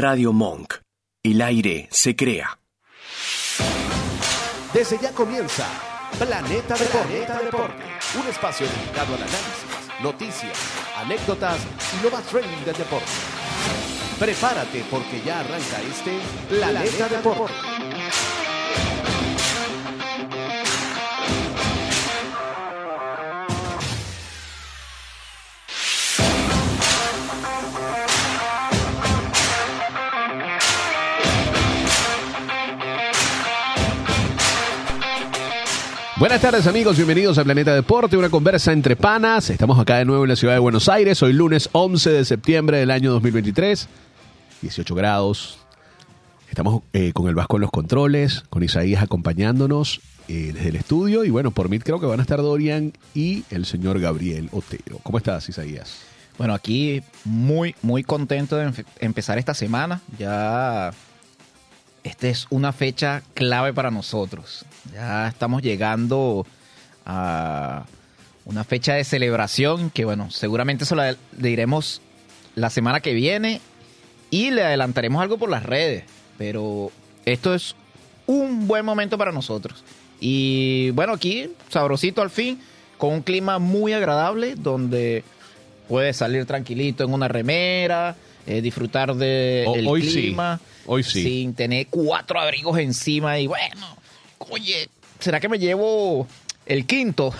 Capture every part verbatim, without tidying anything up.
Radio Monk. El aire se crea. Desde ya comienza Planeta Deporte, Deporte, un espacio dedicado al análisis, noticias, anécdotas y lo más trending del deporte. Prepárate porque ya arranca este Planeta Deporte. Buenas tardes amigos, bienvenidos a Planeta Deporte, una conversa entre panas. Estamos acá de nuevo en la ciudad de Buenos Aires, hoy lunes once de septiembre del año dos mil veintitrés, dieciocho grados. Estamos eh, con el Vasco en los controles, con Isaías acompañándonos eh, desde el estudio. Y bueno, por mí creo que van a estar Dorian y el señor Gabriel Otero. ¿Cómo estás, Isaías? Bueno, aquí muy, muy contento de em- empezar esta semana. Ya esta es una fecha clave para nosotros. Ya estamos llegando a una fecha de celebración que, bueno, seguramente eso la diremos la semana que viene y le adelantaremos algo por las redes. Pero esto es un buen momento para nosotros. Y bueno, aquí, sabrosito al fin, con un clima muy agradable donde puedes salir tranquilito en una remera, eh, disfrutar del O- hoy clima. sí. Hoy sí. Sin tener cuatro abrigos encima y bueno, oye, ¿será que me llevo el quinto?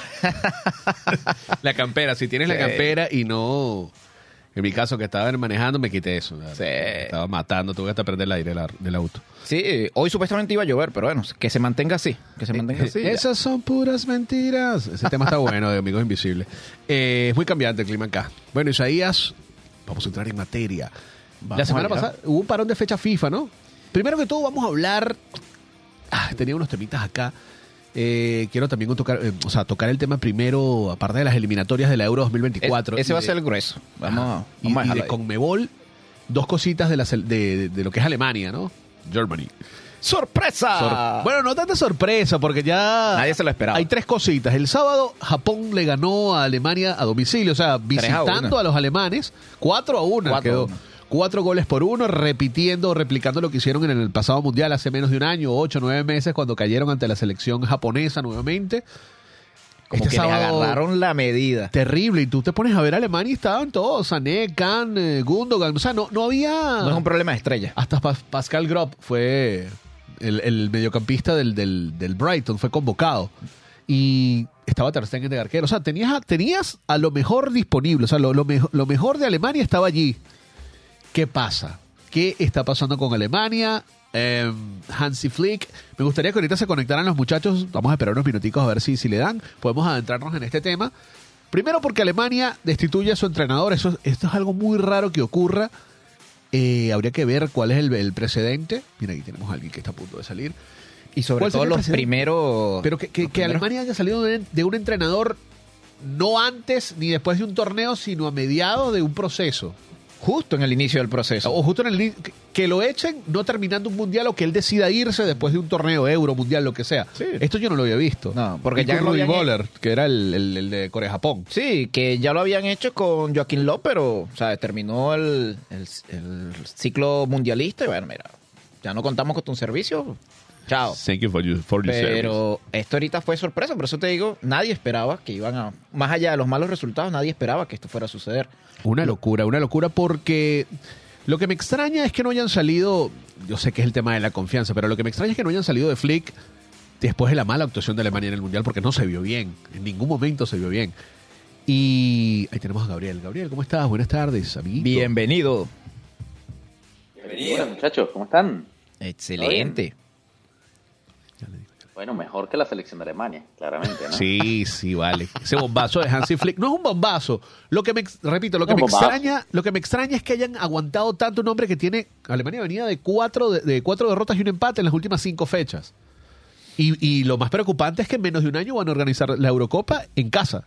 La campera, si tienes Sí. la campera y no... En mi caso, que estaba manejando, me quité eso. Sí. Me estaba matando, tuve que prender el aire del, del auto. Sí, hoy supuestamente iba a llover, pero bueno, que se mantenga así, que se mantenga así. ya. Esas son puras mentiras. Ese tema está bueno, de Amigos Invisibles. Eh, es muy cambiante el clima acá. Bueno, Isaías, vamos a entrar en materia. Vamos La semana allá. pasada hubo un parón de fecha FIFA, ¿no? Primero que todo vamos a hablar... Ah, tenía unos temitas acá. Eh, quiero también tocar, eh, o sea, tocar el tema primero, aparte de las eliminatorias de la Euro dos mil veinticuatro. Es- ese va a de- ser el grueso. Vamos, Ajá. vamos y, a y dejarlo de ahí. Conmebol, dos cositas de, la, sel- de, de lo que es Alemania, ¿no? Germany. ¡Sorpresa! Sor- bueno, no tanta sorpresa, porque ya... Nadie se lo esperaba. Hay tres cositas. El sábado, Japón le ganó a Alemania a domicilio, o sea, visitando uno. a, los alemanes, cuatro a uno Cuatro a quedó. uno. Cuatro goles por uno, repitiendo, replicando lo que hicieron en el pasado mundial hace menos de un año, ocho, nueve meses, cuando cayeron ante la selección japonesa nuevamente. Como Este que le sábado- agarraron la medida. Terrible, y tú te pones a ver a Alemania y estaban todos, Sané, Kahn, eh, Gundogan, o sea, no, no había... No es un problema de estrella. Hasta Pas- Pascal Gropp fue el, el mediocampista del, del, del Brighton, fue convocado. Y estaba Ter Stegen de arquero. O sea, tenías a, tenías a lo mejor disponible. O sea, lo, lo, mejo- lo mejor de Alemania estaba allí. ¿Qué pasa? ¿Qué está pasando con Alemania? Eh, Hansi Flick. Me gustaría que ahorita se conectaran los muchachos. Vamos a esperar unos minuticos a ver si, si le dan. Podemos adentrarnos en este tema. Primero porque Alemania destituye a su entrenador. Eso, esto es algo muy raro que ocurra. Eh, habría que ver cuál es el, el precedente. Mira, aquí tenemos a alguien que está a punto de salir. Y sobre ¿Cuál todo sería el los precedente? primeros... Pero que, que, los que primeros- Alemania haya salido de, de un entrenador no antes ni después de un torneo, sino a mediados de un proceso. Justo en el inicio del proceso. O justo en el ini- que, que lo echen no terminando un mundial o que él decida irse después de un torneo, euro, mundial, lo que sea. Sí. Esto yo no lo había visto. No, porque Y ya con lo Rudi habían- Völler, que era el, el- el de Corea-Japón. Sí, que ya lo habían hecho con Joaquín López, pero o sea, terminó el, el- el ciclo mundialista y bueno, mira, ya no contamos con tu servicio. Chao. Thank you for, you, for your service. Pero esto ahorita fue sorpresa, por eso te digo, nadie esperaba que iban a, más allá de los malos resultados, nadie esperaba que esto fuera a suceder. Una locura, una locura porque lo que me extraña es que no hayan salido, yo sé que es el tema de la confianza, pero lo que me extraña es que no hayan salido de Flick después de la mala actuación de Alemania en el Mundial, porque no se vio bien, en ningún momento se vio bien. Y ahí tenemos a Gabriel. Gabriel, ¿cómo estás? Buenas tardes, amiguito. Bienvenido. Bienvenidos muchachos, ¿cómo están? Excelente. Bueno, mejor que la selección de Alemania, claramente, ¿no? Sí, sí, vale. Ese bombazo de Hansi Flick no es un bombazo. Lo que me ex- repito, lo que No me es un bombazo. extraña, lo que me extraña es que hayan aguantado tanto un hombre que tiene Alemania venía de cuatro de, de cuatro derrotas y un empate en las últimas cinco fechas. Y, y lo más preocupante es que en menos de un año van a organizar la Eurocopa en casa.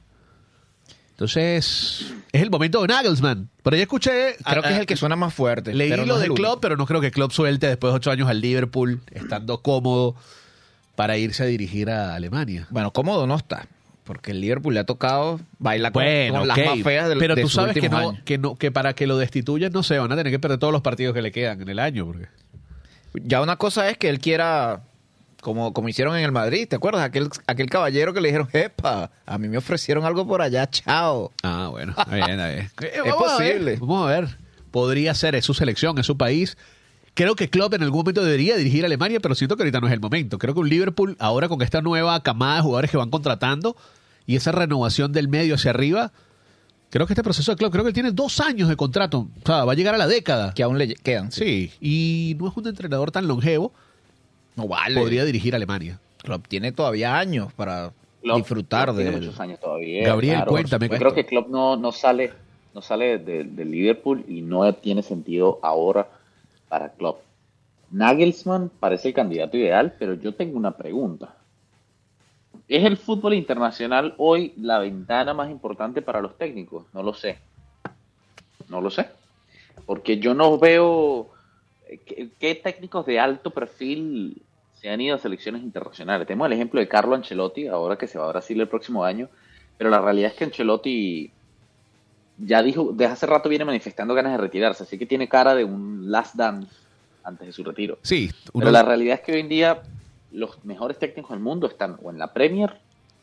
Entonces, es el momento de Nagelsmann. Pero ya escuché... Creo a- que es a- el que suena más fuerte. Leí pero no lo es de el Klopp, único. pero no creo que Klopp suelte después de ocho años al Liverpool, estando cómodo para irse a dirigir a Alemania. Bueno, cómodo no está. Porque el Liverpool le ha tocado bailar con, Bueno, con ok, las más feas de, pero de tú sus sabes que últimos no, años. que no, que para que lo destituyan, no sé, van a tener que perder todos los partidos que le quedan en el año. Porque... Ya una cosa es que él quiera, como, como hicieron en el Madrid, ¿te acuerdas? Aquel, aquel caballero que le dijeron, epa, a mí me ofrecieron algo por allá, chao. Ah, bueno, está bien, está bien. Eh, Es vamos a ver, posible. vamos a ver. Podría ser, es su selección, es su país. Creo que Klopp en algún momento debería dirigir a Alemania, pero siento que ahorita no es el momento. Creo que un Liverpool, ahora con esta nueva camada de jugadores que van contratando y esa renovación del medio hacia arriba, creo que este proceso de Klopp, creo que él tiene dos años de contrato. O sea, va a llegar a la década. Que aún le quedan. Sí, y no es un entrenador tan longevo. No vale. Podría dirigir a Alemania. Klopp tiene todavía años para Klopp- disfrutar Klopp de tiene él. muchos años todavía. Gabriel, claro. cuéntame. Yo creo que Klopp no, no sale, no sale de, de Liverpool y no tiene sentido ahora para Klopp. Nagelsmann parece el candidato ideal, pero yo tengo una pregunta. ¿Es el fútbol internacional hoy la ventana más importante para los técnicos? No lo sé. No lo sé. Porque yo no veo qué, qué técnicos de alto perfil se han ido a selecciones internacionales. Tenemos el ejemplo de Carlo Ancelotti, ahora que se va a Brasil el próximo año, pero la realidad es que Ancelotti ya dijo, desde hace rato viene manifestando ganas de retirarse, así que tiene cara de un last dance antes de su retiro. Sí, uno- Pero la realidad es que hoy en día los mejores técnicos del mundo están o en la Premier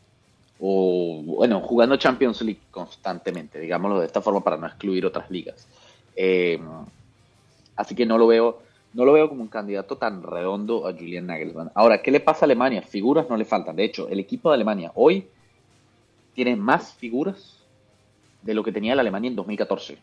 o, bueno, jugando Champions League constantemente, digámoslo de esta forma para no excluir otras ligas. Eh, así que no lo veo no lo veo como un candidato tan redondo a Julian Nagelsmann. Ahora, ¿qué le pasa a Alemania? Figuras no le faltan. De hecho, el equipo de Alemania hoy tiene más figuras de lo que tenía la Alemania en dos mil catorce.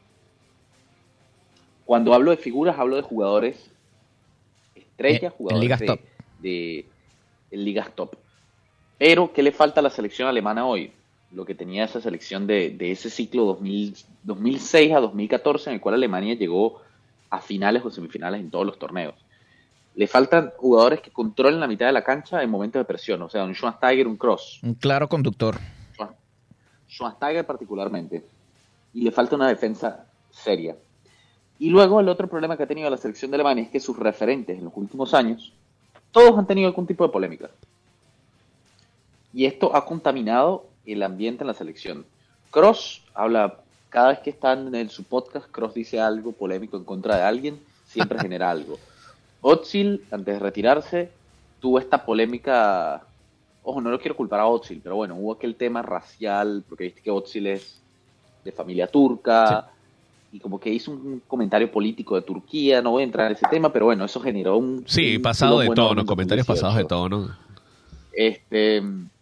Cuando hablo de figuras, hablo de jugadores estrellas, En- en jugadores ligas de, top. de- en ligas top. Pero, ¿qué le falta a la selección alemana hoy? Lo que tenía esa selección de, de ese ciclo dos mil, dos mil seis a dos mil catorce, en el cual Alemania llegó a finales o semifinales en todos los torneos. Le faltan jugadores que controlen la mitad de la cancha en momentos de presión, o sea, un Schweinsteiger, un Kroos, Un claro conductor. Schwa- Schweinsteiger particularmente, y le falta una defensa seria. Y luego el otro problema que ha tenido la selección de Alemania es que sus referentes en los últimos años, todos han tenido algún tipo de polémica. Y esto ha contaminado el ambiente en la selección. Kroos habla, cada vez que está en el- su podcast, Kroos dice algo polémico en contra de alguien, siempre genera algo. Özil, antes de retirarse, tuvo esta polémica, ojo, no lo quiero culpar a Özil, pero bueno, hubo aquel tema racial, porque viste que Özil es de familia turca, y como que hizo un comentario político de Turquía, no voy a entrar en ese tema, pero bueno, eso generó un... sí, un pasado de quilombo enorme tono, en comentarios dos mil pasados de dieciocho. tono. Este,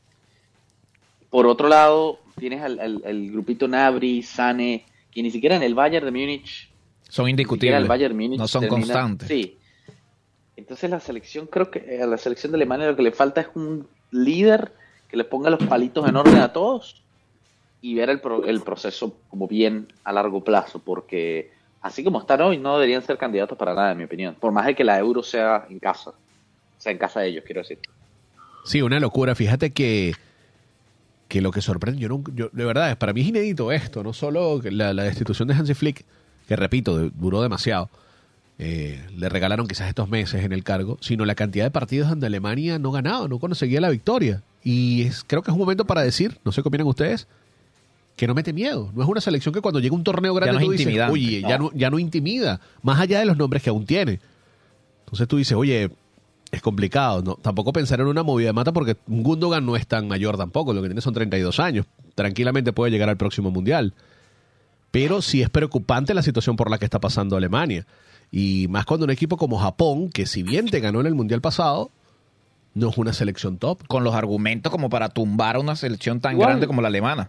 por otro lado, tienes al, al- al grupito Nabri, Sane, que ni siquiera en el Bayern de Múnich, Son ni siquiera indiscutibles. el Bayern Múnich No son termina- constantes. Sí. Entonces la selección, creo que a la selección de Alemania lo que le falta es un líder que le ponga los palitos en orden a todos y ver el, pro- el proceso como bien a largo plazo, porque así como están hoy no deberían ser candidatos para nada, en mi opinión, por más de que la Euro sea en casa, o sea, en casa de ellos, quiero decir. Sí, una locura. Fíjate que, que lo que sorprende, yo, nunca- yo de verdad, es- para mí es inédito esto, no solo que la, la destitución de Hansi Flick, que repito, de- duró demasiado, eh, le regalaron quizás estos meses en el cargo, sino la cantidad de partidos donde Alemania no ganaba, no conseguía la victoria. Y es, creo que es un momento para decir, no sé qué opinan ustedes, que no mete miedo. No es una selección que cuando llega un torneo grande no es tú dices, intimidante. oye, ya no, ya no intimida, más allá de los nombres que aún tiene. Entonces tú dices, oye, es complicado. No, tampoco pensar en una movida de mata porque Gundogan no es tan mayor tampoco, lo que tiene son treinta y dos años. Tranquilamente puede llegar al próximo mundial. Pero sí es preocupante la situación por la que está pasando Alemania. Y más cuando un equipo como Japón, que si bien te ganó en el mundial pasado, no es una selección top. Con los argumentos como para tumbar a una selección tan Igual. grande como la alemana.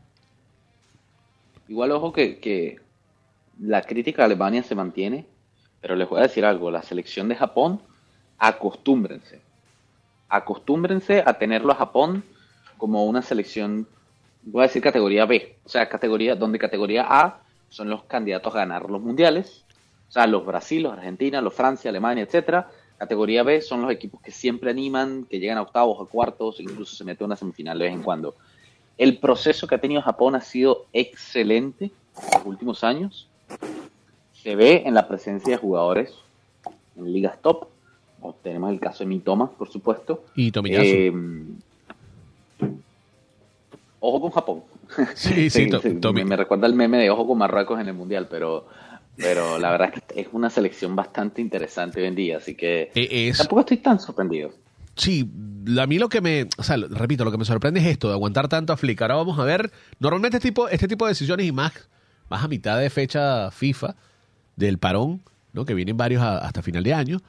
Igual, ojo que, que la crítica a Alemania se mantiene, pero les voy a decir algo, la selección de Japón, acostúmbrense, acostúmbrense a tenerlo a Japón como una selección, voy a decir categoría B, o sea, categoría donde categoría A son los candidatos a ganar los mundiales, o sea, los Brasil, los Argentina, los Francia, Alemania, etcétera. Categoría B son los equipos que siempre animan, que llegan a octavos, a cuartos, incluso se mete a una semifinal de vez en cuando. El proceso que ha tenido Japón ha sido excelente en los últimos años. Se ve en la presencia de jugadores en ligas top. O tenemos el caso de Mitoma, por supuesto. Y Tomiyasu. Eh, Ojo con Japón. Sí, sí, to- Tommy. Me, me recuerda el meme de ojo con Marruecos en el Mundial, pero, pero la verdad es que es una selección bastante interesante hoy en día, así que Eh, es- tampoco estoy tan sorprendido. Sí, a mí lo que me, o sea, lo- repito, lo que me sorprende es esto, de aguantar tanto a Flick. Ahora vamos a ver, normalmente este tipo, este tipo de decisiones y más, más a mitad de fecha FIFA, del parón, ¿no? Que vienen varios a- hasta final de año,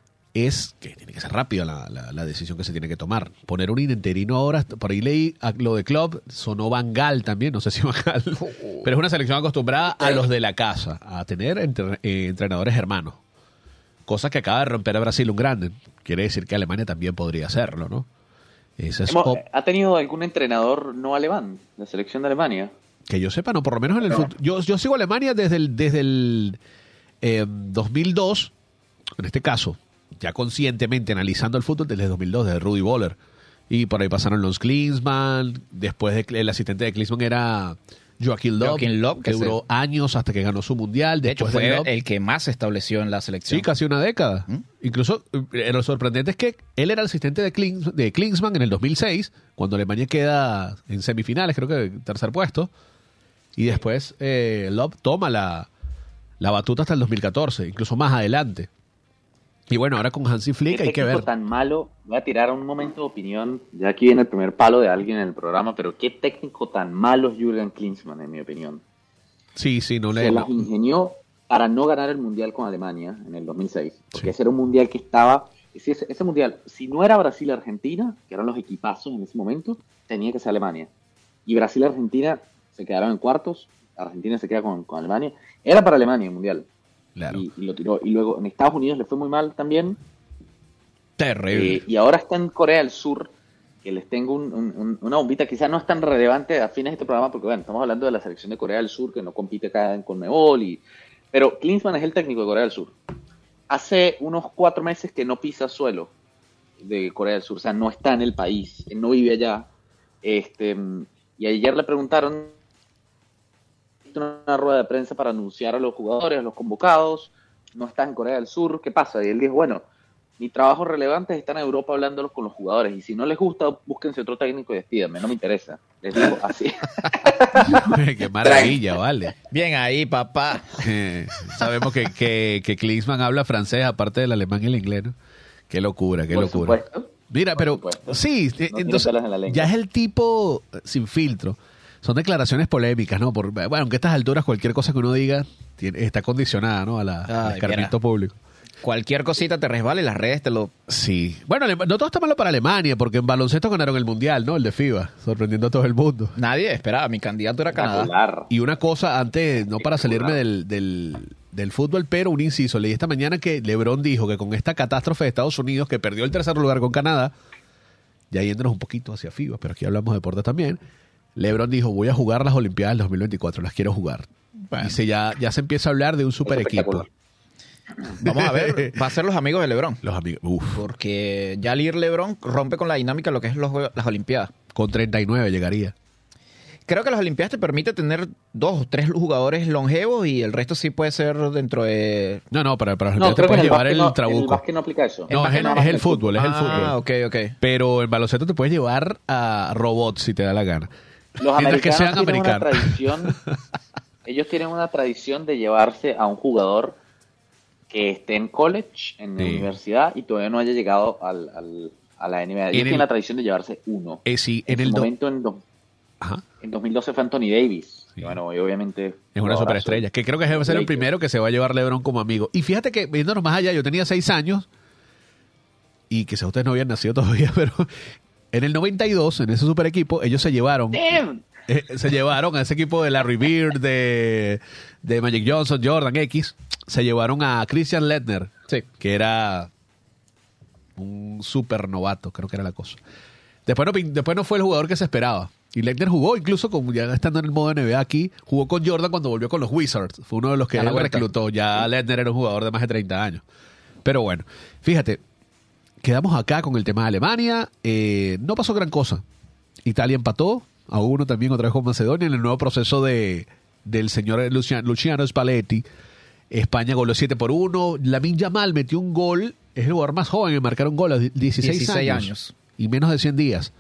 es que tiene que ser rápida la, la, la decisión que se tiene que tomar. Poner un interino ahora, por ahí leí a- lo de Club, sonó Van Gaal también, no sé si Van Gaal, pero es una selección acostumbrada a los de la casa, a tener entre- eh, entrenadores hermanos. Cosa que acaba de romper a Brasil un grande. Quiere decir que Alemania también podría hacerlo, ¿no? Ese es Hemos- op- ¿Ha tenido algún entrenador no alemán, la selección de Alemania? que yo sepa, no, por lo menos en el fútbol. Yo, yo sigo a Alemania desde el, desde el eh, dos mil dos, en este caso, ya conscientemente analizando el fútbol desde el dos mil dos, desde Rudi Völler. Y por ahí pasaron los Klinsmann, después de, el asistente de Klinsmann era Joachim Löw, Joachim Löw, que que duró años hasta que ganó su mundial. De hecho, Después de fue Löw, el que más se estableció en la selección. sí, casi una década. ¿Mm? Incluso eh, lo sorprendente es que él era el asistente de, Klins, de Klinsmann en el dos mil seis, cuando Alemania queda en semifinales, creo que tercer puesto. Y después eh, Löw toma la, la batuta hasta el dos mil catorce, incluso más adelante. Y bueno, ahora con Hansi Flick ¿Qué hay que técnico ver. tan malo? Voy a tirar un momento de opinión. Ya aquí viene el primer palo de alguien en el programa, pero ¿qué técnico tan malo es Jürgen Klinsmann, en mi opinión? Sí, sí, no le... Se las ingenió para no ganar el Mundial con Alemania en el dos mil seis. Porque Sí. ese era un Mundial que estaba... Ese, ese Mundial, si no era Brasil-Argentina, que eran los equipazos en ese momento, tenía que ser Alemania. Y Brasil-Argentina se quedaron en cuartos, Argentina se queda con, con Alemania. Era para Alemania el Mundial. Claro. Y, y lo tiró. Y luego en Estados Unidos le fue muy mal también. Terrible. Eh, y ahora está en Corea del Sur, que les tengo un- un- un- una bombita, quizás no es tan relevante a fines de este programa, porque bueno, estamos hablando de la selección de Corea del Sur, que no compite acá en Conmebol, y, pero Klinsmann es el técnico de Corea del Sur. Hace unos cuatro meses que no pisa suelo de Corea del Sur, o sea, no está en el país, él no vive allá. Este, y ayer le preguntaron una rueda de prensa para anunciar a los jugadores, a los convocados, no está en Corea del Sur, ¿qué pasa? Y él dijo, bueno, mi trabajo relevante es estar en Europa hablándolos con los jugadores, y si no les gusta, búsquense otro técnico y despídanme, no me interesa. Les digo así. Qué maravilla, vale. Bien ahí, papá. Eh, sabemos que, que, que Klinsmann habla francés, aparte del alemán y el inglés, ¿no? Qué locura, qué Por locura. supuesto. Mira, Por pero supuesto. sí, eh, tiene entonces pelos en la lengua. ya es el tipo eh, sin filtro. Son declaraciones polémicas, ¿no? Por, bueno, aunque a estas alturas cualquier cosa que uno diga tiene- está condicionada, ¿no? A la, al Ay, escarmiento mira. público. Cualquier cosita te resbala y las redes te lo... Sí. Bueno, Ale- no todo está malo para Alemania, porque en baloncesto ganaron el Mundial, ¿no? El de FIBA, sorprendiendo a todo el mundo. Nadie esperaba. Mi candidato era Canadá. Espectacular. Y una cosa, antes, no para salirme Espectacular. del, del, del fútbol, pero un inciso. Leí esta mañana que LeBron dijo que con esta catástrofe de Estados Unidos, que perdió el tercer lugar con Canadá, ya yéndonos un poquito hacia FIBA, pero aquí hablamos de deporte también, LeBron dijo, voy a jugar las Olimpiadas del dos mil veinticuatro, las quiero jugar. Bueno. Dice, ya, ya se empieza a hablar de un super equipo. espectacular. Vamos a ver. Va a ser los amigos de LeBron. Los amigos, uff, Porque ya al ir LeBron rompe con la dinámica de lo que es los juegos- las Olimpiadas. con treinta y nueve llegaría. Creo que las Olimpiadas te permite tener dos o tres jugadores longevos y el resto sí puede ser dentro de... No, no, para, para las No, Olimpiadas te creo que puedes en el, llevar básquet el no, en el trabuco. básquet no aplica eso. No, es el, nada es más el que fútbol, es el Ah, fútbol. ok, ok. Pero en baloncesto te puedes llevar a robots si te da la gana. Los Mientras que americanos sean tienen una americanos. tradición, ellos tienen una tradición de llevarse a un jugador que esté en college, en la Sí. universidad, y todavía no haya llegado al, al- a la N B A. Ellos En el- tienen la tradición de llevarse uno. Eh, sí, en en su el do- momento, en, do- Ajá. en dos mil doce fue Anthony Davis. Sí. Y bueno, y obviamente... Es una jugadorazo. superestrella, que creo que debe ser el Lakers. primero que se va a llevar LeBron como amigo. Y fíjate que, viéndonos más allá, yo tenía seis años, y quizás ustedes no habían nacido todavía, pero en el noventa y dos, en ese super equipo, ellos se llevaron, Damn. eh, se llevaron a ese equipo de Larry Bird, de, de Magic Johnson, Jordan X, se llevaron a Christian Leitner, Sí. que era un super novato, creo que era la cosa. Después no, pin- después no fue el jugador que se esperaba. Y Leitner jugó, incluso como ya estando en el modo N B A aquí, jugó con Jordan cuando volvió con los Wizards. Fue uno de los que A la él vuelta. reclutó. Ya Leitner era un jugador de más de treinta años. Pero bueno, fíjate, quedamos acá con el tema de Alemania. Eh, no pasó gran cosa. Italia empató a uno también otra vez con Macedonia en el nuevo proceso de, del señor Luciano, Luciano Spalletti. España goleó siete por uno. Lamine Yamal metió un gol. Es el jugador más joven en marcar un gol a dieciséis, dieciséis años, años. y menos de cien días.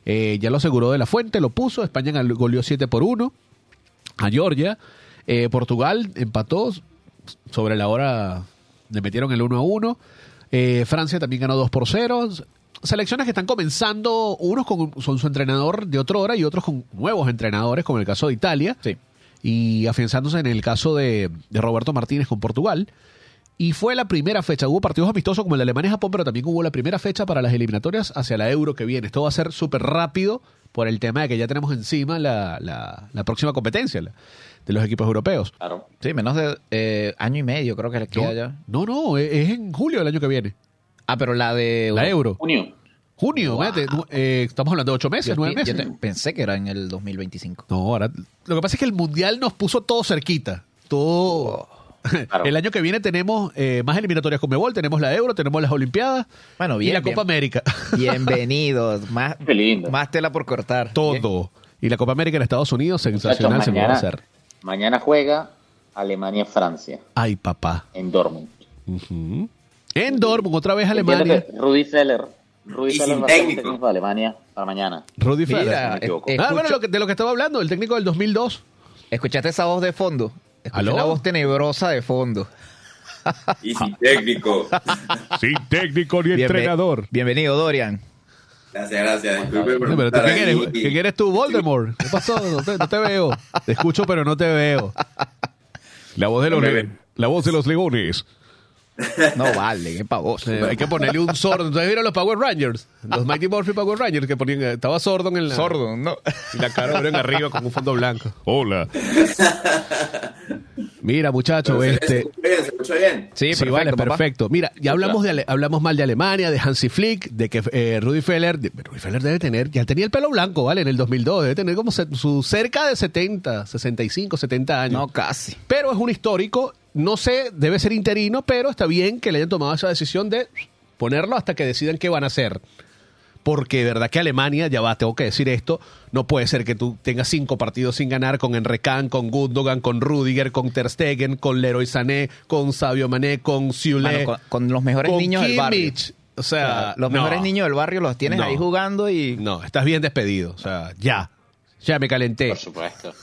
Eh, ya lo aseguró de la fuente, lo puso. España gal- goleó siete por uno a Georgia. Eh, Portugal empató sobre la hora, le metieron el uno a uno. Eh, Francia también ganó dos por cero. Selecciones que están comenzando, unos con, con su entrenador de otra hora y otros con nuevos entrenadores, como el caso de Italia. Sí. Y afianzándose en el caso de, de Roberto Martínez con Portugal. Y fue la primera fecha. Hubo partidos amistosos como el de Alemania y Japón, pero también hubo la primera fecha para las eliminatorias hacia la Euro que viene. Esto va a ser súper rápido por el tema de que ya tenemos encima la, la, la próxima competencia la, de los equipos europeos. Claro. Sí, menos de eh, año y medio creo que les queda No, ya. no, no, es es en julio del año que viene. Ah, pero la de... La Euro. Junio. Junio, Wow. mete, nu- eh, estamos hablando de ocho meses, Yo, nueve yo meses. te- pensé que era en el dos mil veinticinco. No, ahora. Lo que pasa es que el Mundial nos puso todo cerquita. Todo. Claro. El año que viene tenemos eh, más eliminatorias con Mebol, tenemos la Euro, tenemos las Olimpiadas Bueno, y bien, la bien. Copa América. Bienvenidos. Más, Qué lindo. más tela por cortar. Todo. Y la Copa América en Estados Unidos, sensacional Muchachos, se puede mañana, hacer. mañana juega Alemania-Francia Ay, papá. en Dortmund. Ujú. En Dortmund, otra vez Entiendo Alemania. que Rudi Feller, Rudi Y Feller sin va a ser el técnico. técnico de Alemania para mañana. Rudy Mira, Feller. no me equivoco. eh, Ah, bueno, escucho- lo que- de lo que estaba hablando, el técnico del dos mil dos. ¿Escuchaste esa voz de fondo? Escuché ¿Aló? una voz tenebrosa de fondo. Y sin técnico. Sin técnico ni Bienve- Bienvenido, Dorian. Gracias, gracias. Disculpe por No, pero ¿tú estar ¿qué quieres? ahí. ¿Qué quieres tú, Voldemort? ¿Qué pasó? No te, no te veo. Te escucho, pero no te veo. La voz de los, No me le- ven. la voz de los leones. No vale, qué pavoso. Eh, hay que ponerle un sordo. Entonces vieron los Power Rangers, los Mighty Morphin Power Rangers que ponían, estaba Sordon en la Sordo, ¿no? y la cara en arriba con un fondo blanco. Hola. Mira, muchacho, Pero se- este ¿Se escucha bien? ¿Se escucha bien? Sí, Sí, perfecto, vale, papá. perfecto. Mira, ya hablamos de Ale- hablamos mal de Alemania, de Hansi Flick, de que eh, Rudi Feller, de- Rudi Feller debe tener, ya tenía el pelo blanco, ¿vale? En el dos mil dos, debe tener como se- su cerca de setenta, sesenta y cinco, setenta años. No, casi. Pero es un histórico, no sé, debe ser interino, pero está bien que le hayan tomado esa decisión de ponerlo hasta que decidan qué van a hacer. Porque de verdad que Alemania, ya va, tengo que decir esto, no puede ser que tú tengas cinco partidos sin ganar con Emre Can, con Gundogan, con Rudiger, con Ter Stegen, con Leroy Sané, con Sadio Mané, con Zule, Mano, con, con los mejores con niños del barrio. Kimmich. O sea, O sea, los no, mejores niños del barrio los tienes No. ahí jugando y... No, estás bien despedido. O sea, ya. Ya me calenté. Por supuesto.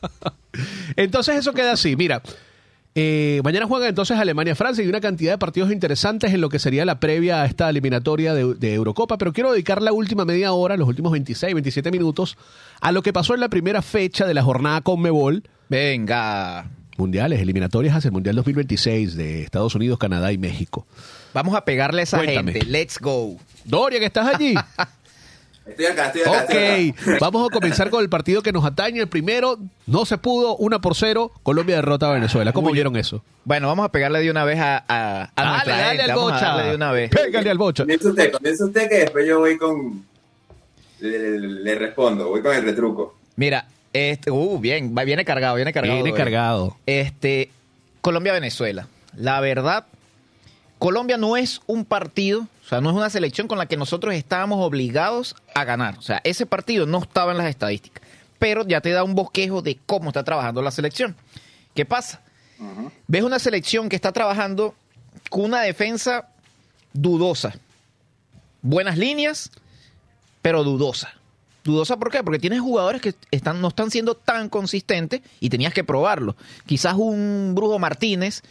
Entonces eso queda así. Mira, eh, mañana juega entonces Alemania-Francia y una cantidad de partidos interesantes en lo que sería la previa a esta eliminatoria de, de Eurocopa, pero quiero dedicar la última media hora, los últimos veintiséis, veintisiete minutos, a lo que pasó en la primera fecha de la jornada Conmebol. Venga. Mundiales, eliminatorias hacia el Mundial dos mil veintiséis de Estados Unidos, Canadá y México. Vamos a pegarle a esa Cuéntame. gente. Let's go. Doria, que estás allí. Estoy acá, estoy acá. estoy acá. Ok, vamos a comenzar con el partido que nos atañe. El primero, no se pudo, una por cero, Colombia derrota a Venezuela. ¿Cómo vieron eso? Bueno, vamos a pegarle de una vez a, a, a Dale, nuestra dale gente. al Vamos a bocha. darle de una vez. Pégale al bocha. Comienza usted, comienza usted que después yo voy con... Le, le- le respondo, voy con el retruco. Mira, este, uh, bien, va- viene cargado, viene cargado. Viene Dorian. cargado. Este, Colombia-Venezuela. La verdad, Colombia no es un partido, o sea, no es una selección con la que nosotros estábamos obligados a ganar. O sea, ese partido no estaba en las estadísticas. Pero ya te da un bosquejo de cómo está trabajando la selección. ¿Qué pasa? Ves una selección que está trabajando con una defensa dudosa. Buenas líneas, pero dudosa. ¿Dudosa por qué? Porque tienes jugadores que están, no están siendo tan consistentes y tenías que probarlo. Quizás un Brujo Martínez,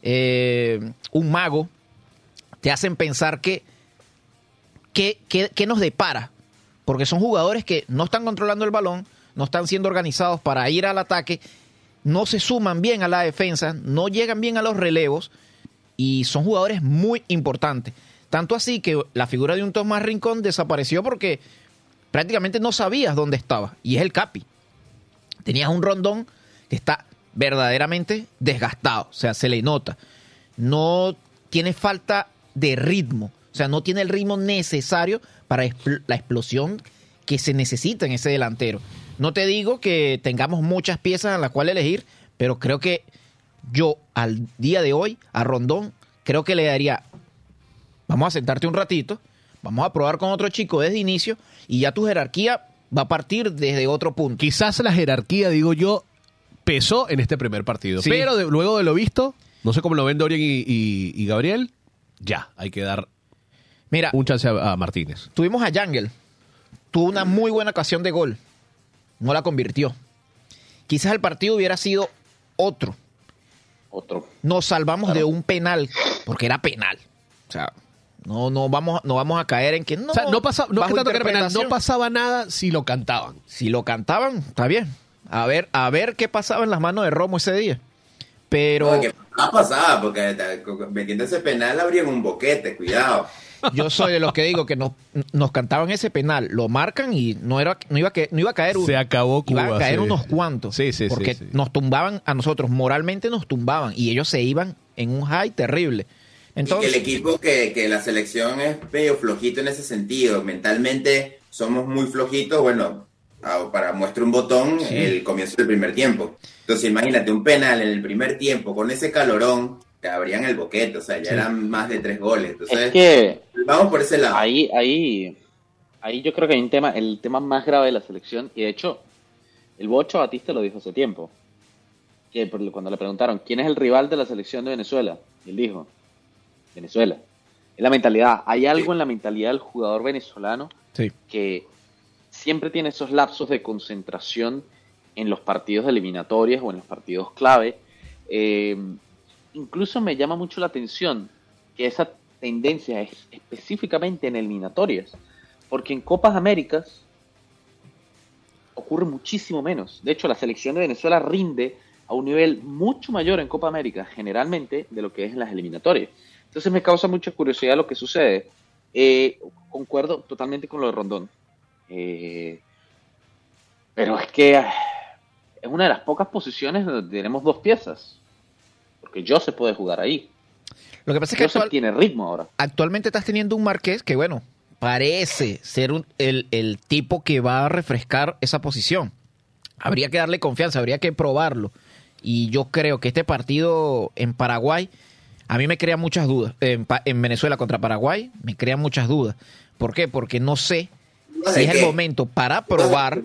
eh, un Mago, te hacen pensar que, que, que, que nos depara. Porque son jugadores que no están controlando el balón, no están siendo organizados para ir al ataque, no se suman bien a la defensa, no llegan bien a los relevos y son jugadores muy importantes. Tanto así que la figura de un Tomás Rincón desapareció porque prácticamente no sabías dónde estaba. Y es el Capi. Tenías un Rondón que está verdaderamente desgastado. O sea, se le nota. No tiene falta de ritmo. O sea, no tiene el ritmo necesario para expl- la explosión que se necesita en ese delantero. No te digo que tengamos muchas piezas en las cuales elegir, pero creo que yo al día de hoy, a Rondón, creo que le daría, vamos a sentarte un ratito, vamos a probar con otro chico desde inicio y ya tu jerarquía va a partir desde otro punto. Quizás la jerarquía, digo yo, pesó en este primer partido. Sí. Pero de- luego de lo visto, no sé cómo lo ven Dorian y, y- y Gabriel, ya, hay que dar Mira, un chance a, a Martínez. tuvimos a Yangel, tuvo una muy buena ocasión de gol. No la convirtió. Quizás el partido hubiera sido otro. Otro. Nos salvamos Claro. de un penal, porque era penal. O sea, no, no, vamos, no vamos a caer en que no. O sea, no, pasa, no es bajo que tanto que era penal, no interpretación. pasaba nada si lo cantaban. Si lo cantaban, está bien. A ver, a ver qué pasaba en las manos de Romo ese día. Pero No, que pasaba, pasaba, porque ta- metiendo ese penal abrían un boquete, cuidado. yo soy de los que digo que nos, nos cantaban ese penal, lo marcan y no era no iba a, que, no iba a caer uno. Se acabó Cuba. Iban a caer sí. unos cuantos. Sí, sí, sí, porque sí. nos tumbaban a nosotros, moralmente nos tumbaban y ellos se iban en un high terrible. Entonces, y que el equipo, que, que la selección es medio flojito en ese sentido. Mentalmente somos muy flojitos. Bueno, a- para muestra un botón, Sí. el comienzo del primer tiempo. Entonces imagínate un penal en el primer tiempo con ese calorón, te abrían el boquete. O sea, ya Sí. eran más de tres goles. Entonces, Es que vamos por ese lado. ahí, ahí, ahí yo creo que hay un tema, el tema más grave de la selección, y de hecho, el Bocho Batista lo dijo hace tiempo, que por- cuando le preguntaron quién es el rival de la selección de Venezuela, y él dijo, Venezuela. Es la mentalidad. Hay algo en la mentalidad del jugador venezolano sí. que siempre tiene esos lapsos de concentración en los partidos de eliminatorias o en los partidos clave. Eh, incluso me llama mucho la atención que esa tendencia es específicamente en eliminatorias, porque en Copas Américas ocurre muchísimo menos. De hecho, la selección de Venezuela rinde a un nivel mucho mayor en Copa América, generalmente, de lo que es en las eliminatorias. Entonces me causa mucha curiosidad lo que sucede. Eh, concuerdo totalmente con lo de Rondón. Eh, pero es que ah, es una de las pocas posiciones donde tenemos dos piezas. Porque Joseph puede jugar ahí. Lo que pasa es que Joseph actual- tiene ritmo ahora. actualmente estás teniendo un Marqués que, bueno, parece ser un- el, el tipo que va a refrescar esa posición. Habría que darle confianza, habría que probarlo. Y yo creo que este partido en Paraguay, a mí me crea muchas dudas. En, Pa- en Venezuela contra Paraguay, me crea muchas dudas. ¿Por qué? Porque no sé ¿De si es el qué? momento para probar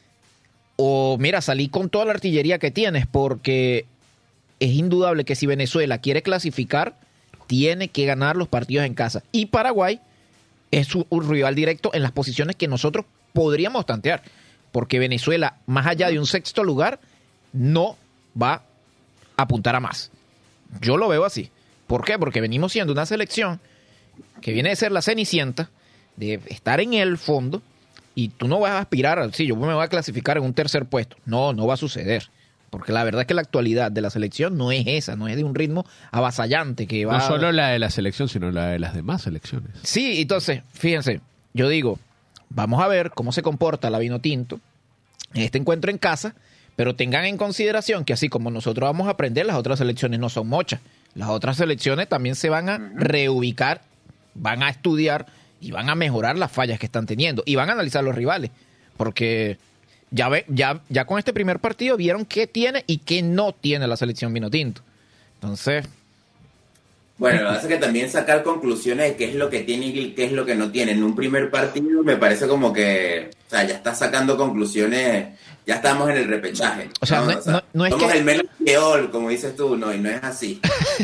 o, mira, salir con toda la artillería que tienes, porque es indudable que si Venezuela quiere clasificar, tiene que ganar los partidos en casa. Y Paraguay es un, un rival directo en las posiciones que nosotros podríamos tantear. Porque Venezuela, más allá de un sexto lugar, no va a apuntar a más. Yo lo veo así. ¿Por qué? Porque venimos siendo una selección que viene de ser la cenicienta, de estar en el fondo, y tú no vas a aspirar a, sí, yo me voy a clasificar en un tercer puesto. No, no va a suceder. Porque la verdad es que la actualidad de la selección no es esa, no es de un ritmo avasallante que va... No solo la de la selección, sino la de las demás selecciones. Sí, entonces, fíjense, yo digo, vamos a ver cómo se comporta la Vinotinto en este encuentro en casa, pero tengan en consideración que así como nosotros vamos a aprender, las otras selecciones no son mochas. Las otras selecciones también se van a reubicar, van a estudiar y van a mejorar las fallas que están teniendo y van a analizar los rivales, porque ya ve, ya, ya con este primer partido vieron qué tiene y qué no tiene la selección Vinotinto. Entonces, Bueno, lo que pasa es que también sacar conclusiones de qué es lo que tiene y qué es lo que no tiene en un primer partido me parece como que, o sea, ya está sacando conclusiones, ya estamos en el repechaje. O sea, no- no- no es somos que- el menos peor, como dices tú, no, y no es así.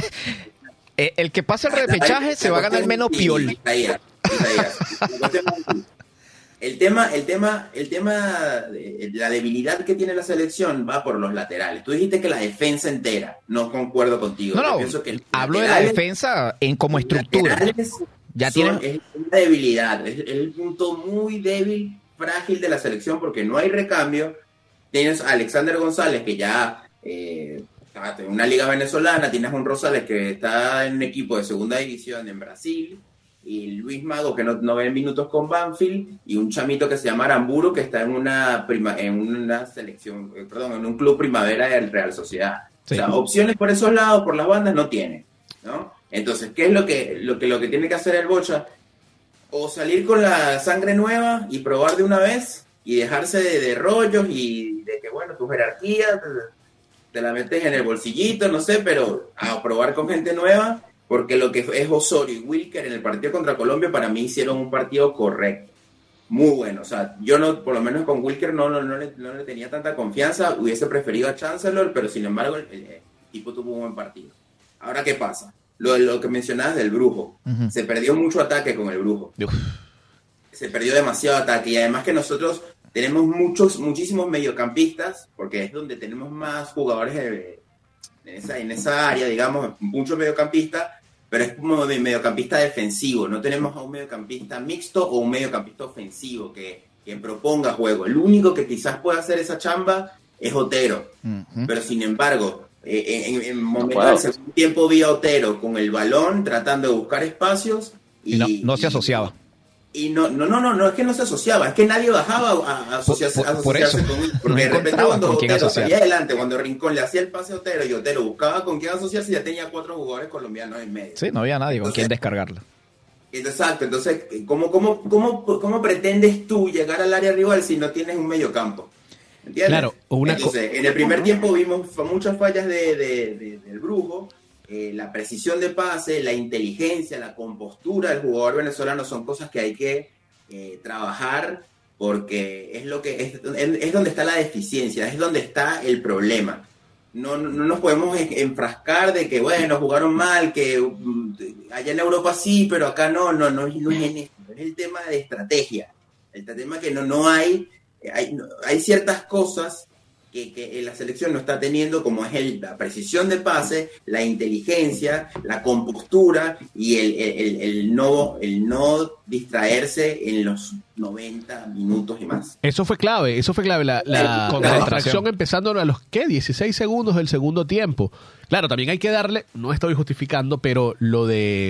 eh, el que pase el repechaje se va a ganar menos piol. Isaías, Isaías. El tema, el tema, el tema, de la debilidad que tiene la selección va por los laterales. Tú dijiste que la defensa entera, no concuerdo contigo. No, Yo no, pienso que los hablo de la laterales- defensa en como estructura. laterales Ya son- tiene- es una debilidad, es, es el punto muy débil, frágil de la selección porque no hay recambio. Tienes a Alexander González que ya eh, está en una liga venezolana, tienes a un Rosales que está en un equipo de segunda división en Brasil, y Luis Mago que no, no ve minutos con Banfield, y un chamito que se llama Aramburu que está en una prima, en una selección, eh, perdón, en un club primavera del Real Sociedad. Sí. O sea, opciones por esos lados, por las bandas, no tiene, ¿no? Entonces, ¿qué es lo que, lo que, lo que tiene que hacer el Bocha? O salir con la sangre nueva y probar de una vez y dejarse de, de rollos y de que, bueno, tu jerarquía te, te la metes en el bolsillito, no sé, pero a probar con gente nueva, porque lo que es Osorio y Wilker en el partido contra Colombia para mí hicieron un partido correcto, muy bueno. O sea, yo no, por lo menos con Wilker no, no, no, le, no le tenía tanta confianza, hubiese preferido a Chancellor, pero sin embargo el, el tipo tuvo un buen partido. Ahora, ¿qué pasa? Lo, lo que mencionabas del Brujo, Ujú. se perdió mucho ataque con el Brujo. Uf. se perdió demasiado ataque y además que nosotros tenemos muchos, muchísimos mediocampistas, porque es donde tenemos más jugadores de, en, esa, en esa área, digamos, muchos mediocampistas, pero es como de mediocampista defensivo, no tenemos a un mediocampista mixto o un mediocampista ofensivo que, que proponga juego. El único que quizás pueda hacer esa chamba es Otero, uh-huh. pero sin embargo, eh, en, en momentos del segundo tiempo vi a Otero con el balón tratando de buscar espacios y, y no, no se y, asociaba. Y no, no, no, no, no es que no se asociaba, es que nadie bajaba a, a asociarse, por, por, a asociarse por con él. Porque no de repente cuando con Otero salía adelante, cuando Rincón le hacía el pase a Otero y Otero buscaba con quién asociarse, ya tenía cuatro jugadores colombianos en medio. Sí, no había nadie entonces, con quién descargarla. Exacto, entonces, ¿cómo, cómo, cómo, ¿cómo pretendes tú llegar al área rival si no tienes un medio campo? ¿Entiendes? Claro, una entonces, en el primer tiempo vimos muchas fallas de, de, de, del Brujo. Eh, la precisión de pase, la inteligencia, la compostura del jugador venezolano son cosas que hay que eh, trabajar porque es lo que es, es donde está la deficiencia, es donde está el problema. No, no, no nos podemos enfrascar de que, bueno, jugaron mal, que um, allá en Europa sí, pero acá no, no, no, no es en esto, es el tema de estrategia, el tema que no, no hay, hay, no, hay ciertas cosas Que, que la selección no está teniendo, como es el, la precisión de pase, la inteligencia, la compostura y el, el, el, no, el no distraerse en los noventa minutos y más. Eso fue clave, eso fue clave, la, la, la distracción empezando a los, ¿qué? dieciséis segundos del segundo tiempo. Claro, también hay que darle, no estoy justificando, pero lo de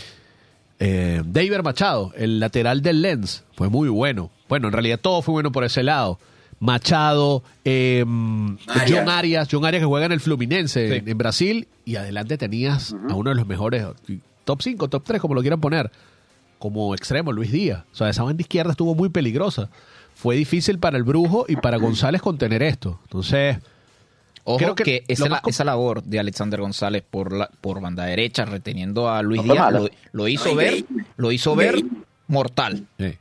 eh, David Machado, el lateral del Lens, fue muy bueno. Bueno, en realidad todo fue bueno por ese lado. Machado, eh, Arias. John Arias, John Arias que juega en el Fluminense sí. en, en Brasil, y adelante tenías uh-huh. a uno de los mejores, top cinco, top tres, como lo quieran poner, como extremo, Luis Díaz. O sea, esa banda izquierda estuvo muy peligrosa. Fue difícil para el Brujo y para González contener esto. Entonces, ojo creo que, que esa, la, comp- esa labor de Alexander González por la, por banda derecha, reteniendo a Luis no Díaz, lo, lo hizo no, ver, lo hizo ver mortal. Sí.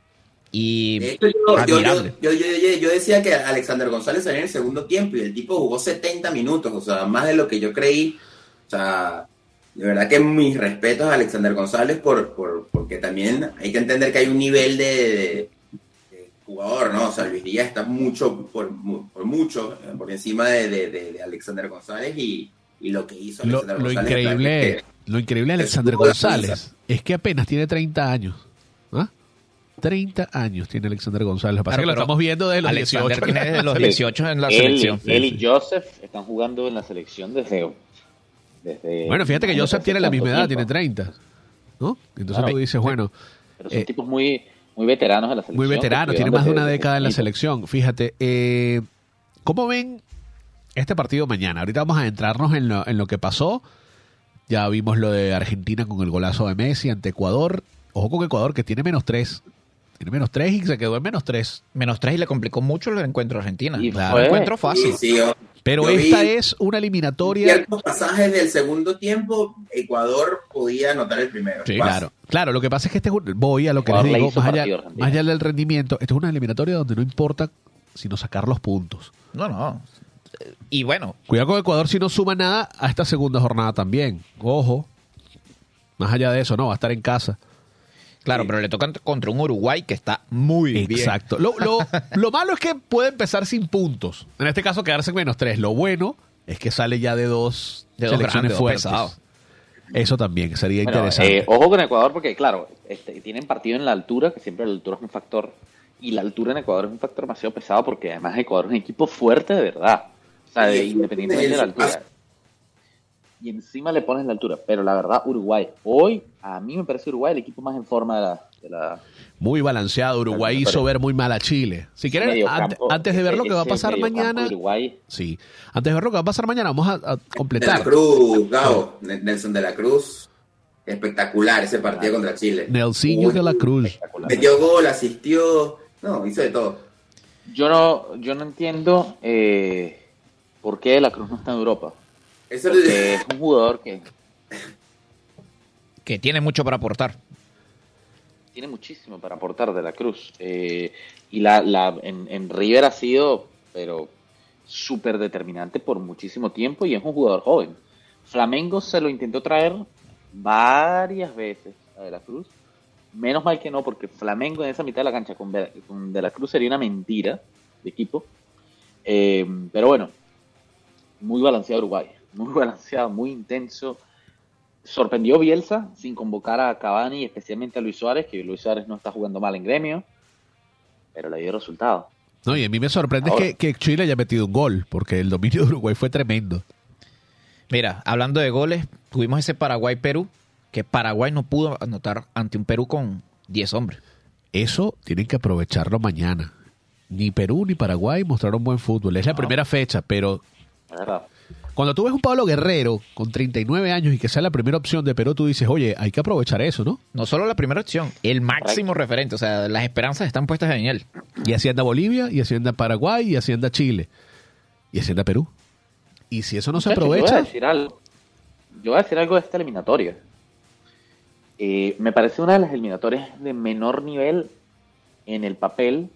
Y yo, yo, yo, yo, yo, yo decía que Alexander González salió en el segundo tiempo y el tipo jugó setenta minutos, o sea, más de lo que yo creí. O sea, de verdad que mis respetos a Alexander González por, por porque también hay que entender que hay un nivel de, de, de jugador, ¿no? O sea, Luis Díaz está mucho por, por mucho por encima de, de, de, de Alexander González y, y lo que hizo Alexander lo, González. Lo increíble, que, lo increíble de Alexander González es que apenas tiene treinta años. ¿Ah? treinta años tiene Alexander González. Lo que pasa es que lo estamos viendo desde los Alexander dieciocho. Tiene desde los dieciocho en la él, selección. Él y Joseph están jugando en la selección desde... desde bueno, fíjate que Joseph tiene la misma edad, tiene treinta. ¿No? Entonces claro. Tú dices, bueno... Pero son eh, tipos muy, muy veteranos de la selección. Muy veteranos, tiene más de una década en la selección. Fíjate, eh, ¿cómo ven este partido mañana? Ahorita vamos a adentrarnos en lo, en lo que pasó. Ya vimos lo de Argentina con el golazo de Messi ante Ecuador. Ojo con Ecuador, que tiene menos tres. Tiene menos tres y se quedó en menos tres. Menos tres y le complicó mucho el encuentro a Argentina. Y claro, el encuentro fácil. Sí, sí, yo, Pero yo esta vi, es una eliminatoria. Ciertos pasajes del segundo tiempo, Ecuador podía anotar el primero. Sí, claro. Claro, lo que pasa es que este voy a lo que les digo, más allá, más allá del rendimiento, esto es una eliminatoria donde no importa sino sacar los puntos. No, no. Y bueno. Cuidado con Ecuador si no suma nada a esta segunda jornada también. Ojo. Más allá de eso, no, va a estar en casa. Claro, sí. Pero le toca contra un Uruguay que está muy bien. Exacto. Lo, lo, lo malo es que puede empezar sin puntos. En este caso, quedarse en menos tres. Lo bueno es que sale ya de dos de dos selecciones grandes, fuertes. Dos Eso también sería bueno, interesante. Eh, ojo con Ecuador porque, claro, este, tienen partido en la altura, que siempre la altura es un factor. Y la altura en Ecuador es un factor demasiado pesado porque además Ecuador es un equipo fuerte de verdad. O sea, de, independientemente de la altura. Y encima le pones la altura. Pero la verdad, Uruguay, hoy, a mí me parece Uruguay el equipo más en forma de la... De la muy balanceado. Uruguay hizo ver muy mal a Chile. Si quieren, antes, antes de ver lo que va a pasar mañana... Sí. Antes de ver lo que va a pasar mañana, vamos a, a completar. De la Cruz, Gabo. Nelson de la Cruz. Espectacular ese partido claro. contra Chile. Nelsinho de la Cruz. Metió gol, asistió... No, hizo de todo. Yo no, yo no entiendo eh, por qué de la Cruz no está en Europa. Eso Porque es un jugador que... que tiene mucho para aportar. Tiene muchísimo para aportar de la Cruz. Eh, y la, la en, en River ha sido, pero súper determinante por muchísimo tiempo y es un jugador joven. Flamengo se lo intentó traer varias veces a De la Cruz Menos mal que no, porque Flamengo en esa mitad de la cancha con, Ve- con De la Cruz sería una mentira de equipo. Eh, pero bueno, muy balanceado Uruguay, muy balanceado, muy intenso. Sorprendió Bielsa sin convocar a Cavani, especialmente a Luis Suárez, que Luis Suárez no está jugando mal en Gremio, pero le dio resultado. No, y a mí me sorprende Ahora. que, que Chile haya metido un gol, porque el dominio de Uruguay fue tremendo. Mira, hablando de goles, tuvimos ese Paraguay-Perú, que Paraguay no pudo anotar ante un Perú con diez hombres. Eso tienen que aprovecharlo mañana. Ni Perú ni Paraguay mostraron buen fútbol. Es la No. primera fecha, pero La verdad. cuando tú ves un Pablo Guerrero con treinta y nueve años y que sea la primera opción de Perú, tú dices, oye, hay que aprovechar eso, ¿no? No solo la primera opción, el máximo referente. O sea, las esperanzas están puestas en él. Y así anda Bolivia, y así anda Paraguay, y así anda Chile, y así anda Perú. Y si eso no se Muchachos, Yo voy aprovecha, a decir algo. Yo voy a decir algo de esta eliminatoria. Eh, me parece una de las eliminatorias de menor nivel en el papel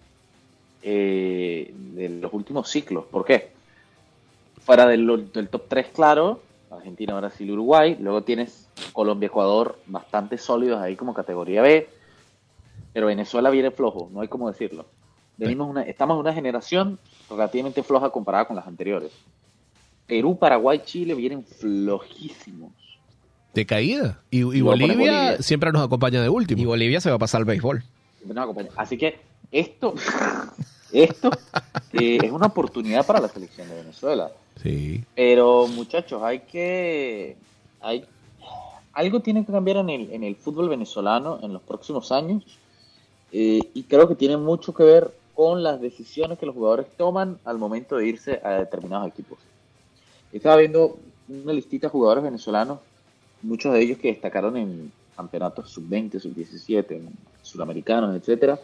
eh, de los últimos ciclos. ¿Por qué? Fuera del, del top tres, claro, Argentina, Brasil, Uruguay. Luego tienes Colombia, Ecuador, bastante sólidos ahí como categoría B. Pero Venezuela viene flojo, no hay cómo decirlo. Venimos una, estamos en una generación relativamente floja comparada con las anteriores. Perú, Paraguay, Chile vienen flojísimos. de caída. Y, y Y voy a poner Bolivia, Bolivia. siempre nos acompaña de último. Y Bolivia se va a pasar al béisbol. No, acompaña. Así que esto, esto eh, es una oportunidad para la selección de Venezuela. Sí. Pero muchachos, hay que, hay, algo tiene que cambiar en el, en el fútbol venezolano en los próximos años. Eh, y creo que tiene mucho que ver con las decisiones que los jugadores toman al momento de irse a determinados equipos. Estaba viendo una listita de jugadores venezolanos, muchos de ellos que destacaron en campeonatos sub veinte, sub diecisiete, sudamericanos, etcétera.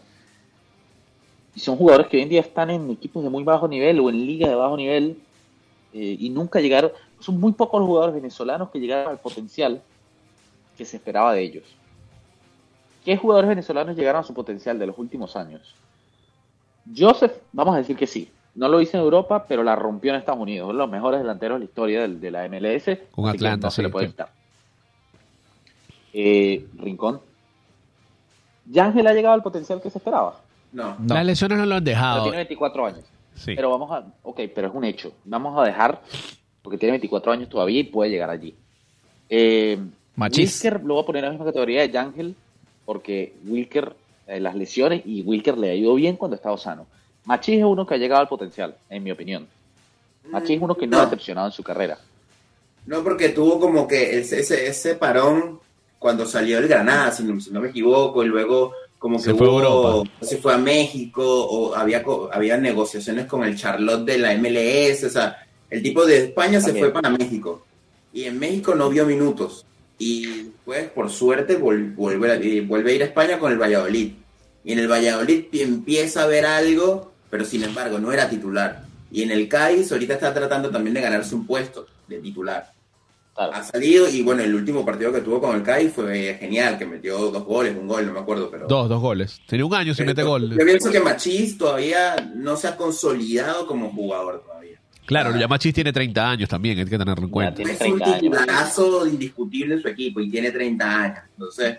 Y son jugadores que hoy en día están en equipos de muy bajo nivel o en ligas de bajo nivel eh, y nunca llegaron. Son muy pocos los jugadores venezolanos que llegaron al potencial que se esperaba de ellos. ¿Qué jugadores venezolanos llegaron a su potencial de los últimos años? Joseph, vamos a decir que sí. No lo hizo en Europa, pero la rompió en Estados Unidos. Uno de los mejores delanteros de la historia del- de la M L S. Con así que Atlanta, no se sí, le puede sí. quitar. Eh, Rincón. ¿Yángel ha llegado al potencial que se esperaba? No. No. Las lesiones no lo han Pero dejado. tiene veinticuatro años. Sí. Pero vamos a... Ok, pero es un hecho. Vamos a dejar... Porque tiene veinticuatro años todavía y puede llegar allí. Eh, Machís. Wilker lo voy a poner en la misma categoría de Yángel porque Wilker, eh, las lesiones, y Wilker le ha ido bien cuando ha estado sano. Machís es uno que ha llegado al potencial, en mi opinión. Machís es uno que no, No. ha decepcionado en su carrera. No, porque tuvo como que ese, ese, ese parón cuando salió el Granada, si no, si no me equivoco, y luego como que Se fue a hubo, Europa. se fue a México, o había, co- había negociaciones con el Charlotte de la M L S, o sea, el tipo de España se También. fue para México, y en México no vio minutos, y pues por suerte vol- vuelve, a, y vuelve a ir a España con el Valladolid, y en el Valladolid pi- empieza a ver algo, pero sin embargo no era titular, y en el Cádiz ahorita está tratando también de ganarse un puesto de titular. Claro. Ha salido y bueno, el último partido que tuvo con el Cádiz fue genial, que metió dos goles, un gol, no me acuerdo, pero... Dos, dos goles. Tenía un año sin pero meter gol. Yo pienso que Machís todavía no se ha consolidado como jugador todavía. Claro, Ah, ya Machís tiene treinta años también, hay que tenerlo en cuenta. tiene es un treinta años. titularazo indiscutible en su equipo y tiene treinta años, entonces...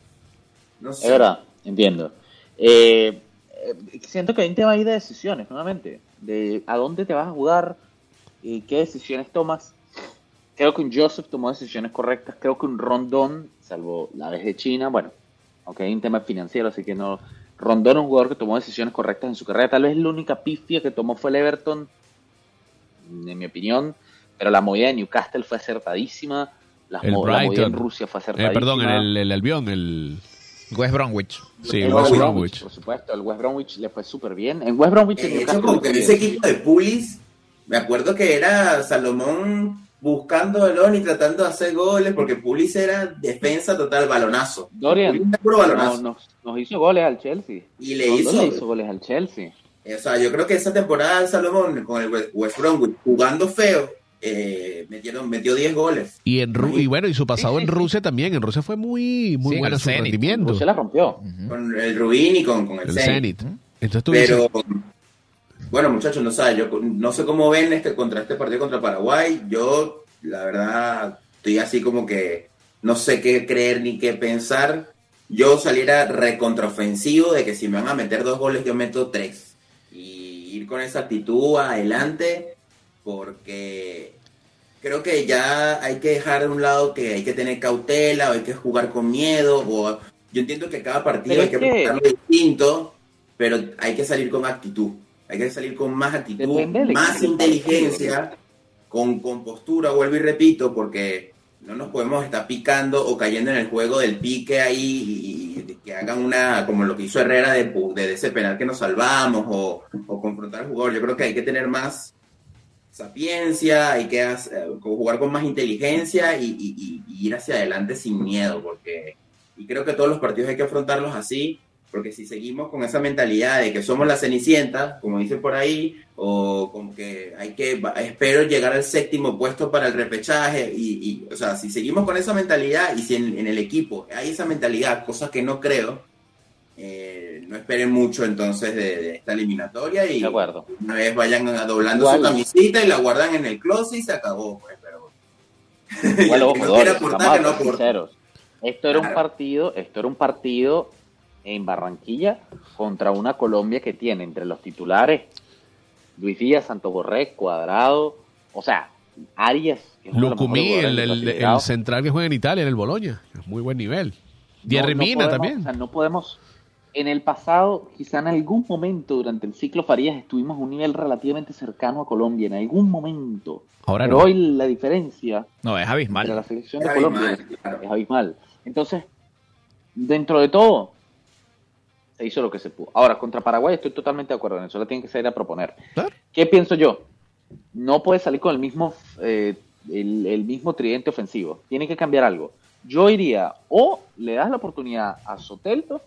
No sé. Es verdad, entiendo. Eh, eh, siento que hay un tema ahí de decisiones, nuevamente. De a dónde te vas a jugar, y qué decisiones tomas. Creo que un Joseph tomó decisiones correctas. Creo que un Rondón, salvo la vez de China, bueno, aunque hay un tema financiero, así que no. Rondón es un jugador que tomó decisiones correctas en su carrera. Tal vez la única pifia que tomó fue el Everton, en mi opinión. Pero la movida de Newcastle fue acertadísima. La, El mo- la movida en Brighton. Rusia fue Eh, acertadísima. perdón, el, el Albion, el... West Bromwich. Sí, El el West West Bromwich, Bromwich. por supuesto, el West Bromwich le fue súper bien. En West Bromwich en De hecho, Newcastle como que en le ese fue bien. equipo de Pulis, me acuerdo que era Salomón buscando balón y tratando de hacer goles, porque Pulis era defensa total, balonazo. Dorian Pulis era puro balonazo. no, nos, nos hizo goles al Chelsea. Y le Rondón hizo- le hizo goles al Chelsea. O sea, yo creo que esa temporada de Salomón con el West- West Bromwich jugando feo, eh, metieron, metió diez goles. Y, en Ru- y bueno, y su pasado Sí, sí, en sí. Rusia también. En Rusia fue muy, muy Sí, en bueno el su Zenit. rendimiento. Rusia la rompió. Ujú. Con el Rubín y con, con el, El Zenit. Zenit. Entonces tú dices, Pero, bueno, muchachos, no saben, yo no sé cómo ven este contra este partido contra Paraguay. Yo, la verdad, estoy así como que no sé qué creer ni qué pensar. yo saliera recontraofensivo de que si me van a meter dos goles yo meto tres. Y ir con esa actitud adelante, porque creo que ya hay que dejar de un lado que hay que tener cautela o hay que jugar con miedo. O yo entiendo que cada partido Pero hay que es que- prepararlo distinto, pero hay que salir con actitud. Hay que salir con más actitud, Depende del más equipo. inteligencia, con, con postura, vuelvo y repito, porque no nos podemos estar picando o cayendo en el juego del pique ahí y, y de que hagan una, como lo que hizo Herrera de, de ese penal que nos salvamos o, o confrontar al jugador. Yo creo que hay que tener más sapiencia, hay que hacer, jugar con más inteligencia y, y, y ir hacia adelante sin miedo, porque y creo que todos los partidos hay que afrontarlos así, porque si seguimos con esa mentalidad de que somos la Cenicienta, como dicen por ahí, o como que hay que, espero llegar al séptimo puesto para el repechaje, y, y o sea, si seguimos con esa mentalidad, y si en, en el equipo hay esa mentalidad, cosa que no creo, eh, no esperen mucho entonces de, de esta eliminatoria, y De acuerdo. una vez vayan doblando Igual. su camisita y la guardan en el closet y se acabó, pues, pero... Igual, Y el ojo, que no Doris, quiera vamos aportar, a que no ser aporte. sinceros. Esto era un Claro. partido, esto era un partido en Barranquilla contra una Colombia que tiene entre los titulares Luis Díaz, Santos Borré, Cuadrado, o sea, Arias, que es uno de los Lucumí, mejores el, jugadores el- el clasificados. central que juega en Italia, en el Boloña. Es muy buen nivel. No- Thierry no Mina podemos- también. O sea, no podemos. En el pasado, quizá en algún momento durante el ciclo Farías estuvimos a un nivel relativamente cercano a Colombia, en algún momento. Ahora Pero no. hoy la diferencia No, es entre abismal. la selección de Es Colombia abismal, claro. es abismal. Entonces, dentro de todo, se hizo lo que se pudo. Ahora, contra Paraguay estoy totalmente de acuerdo. Venezuela tiene que salir a proponer. Claro. ¿Qué pienso yo? No puede salir con el mismo, eh, el, el mismo tridente ofensivo. Tiene que cambiar algo. Yo iría, o le das la oportunidad a Soteldo,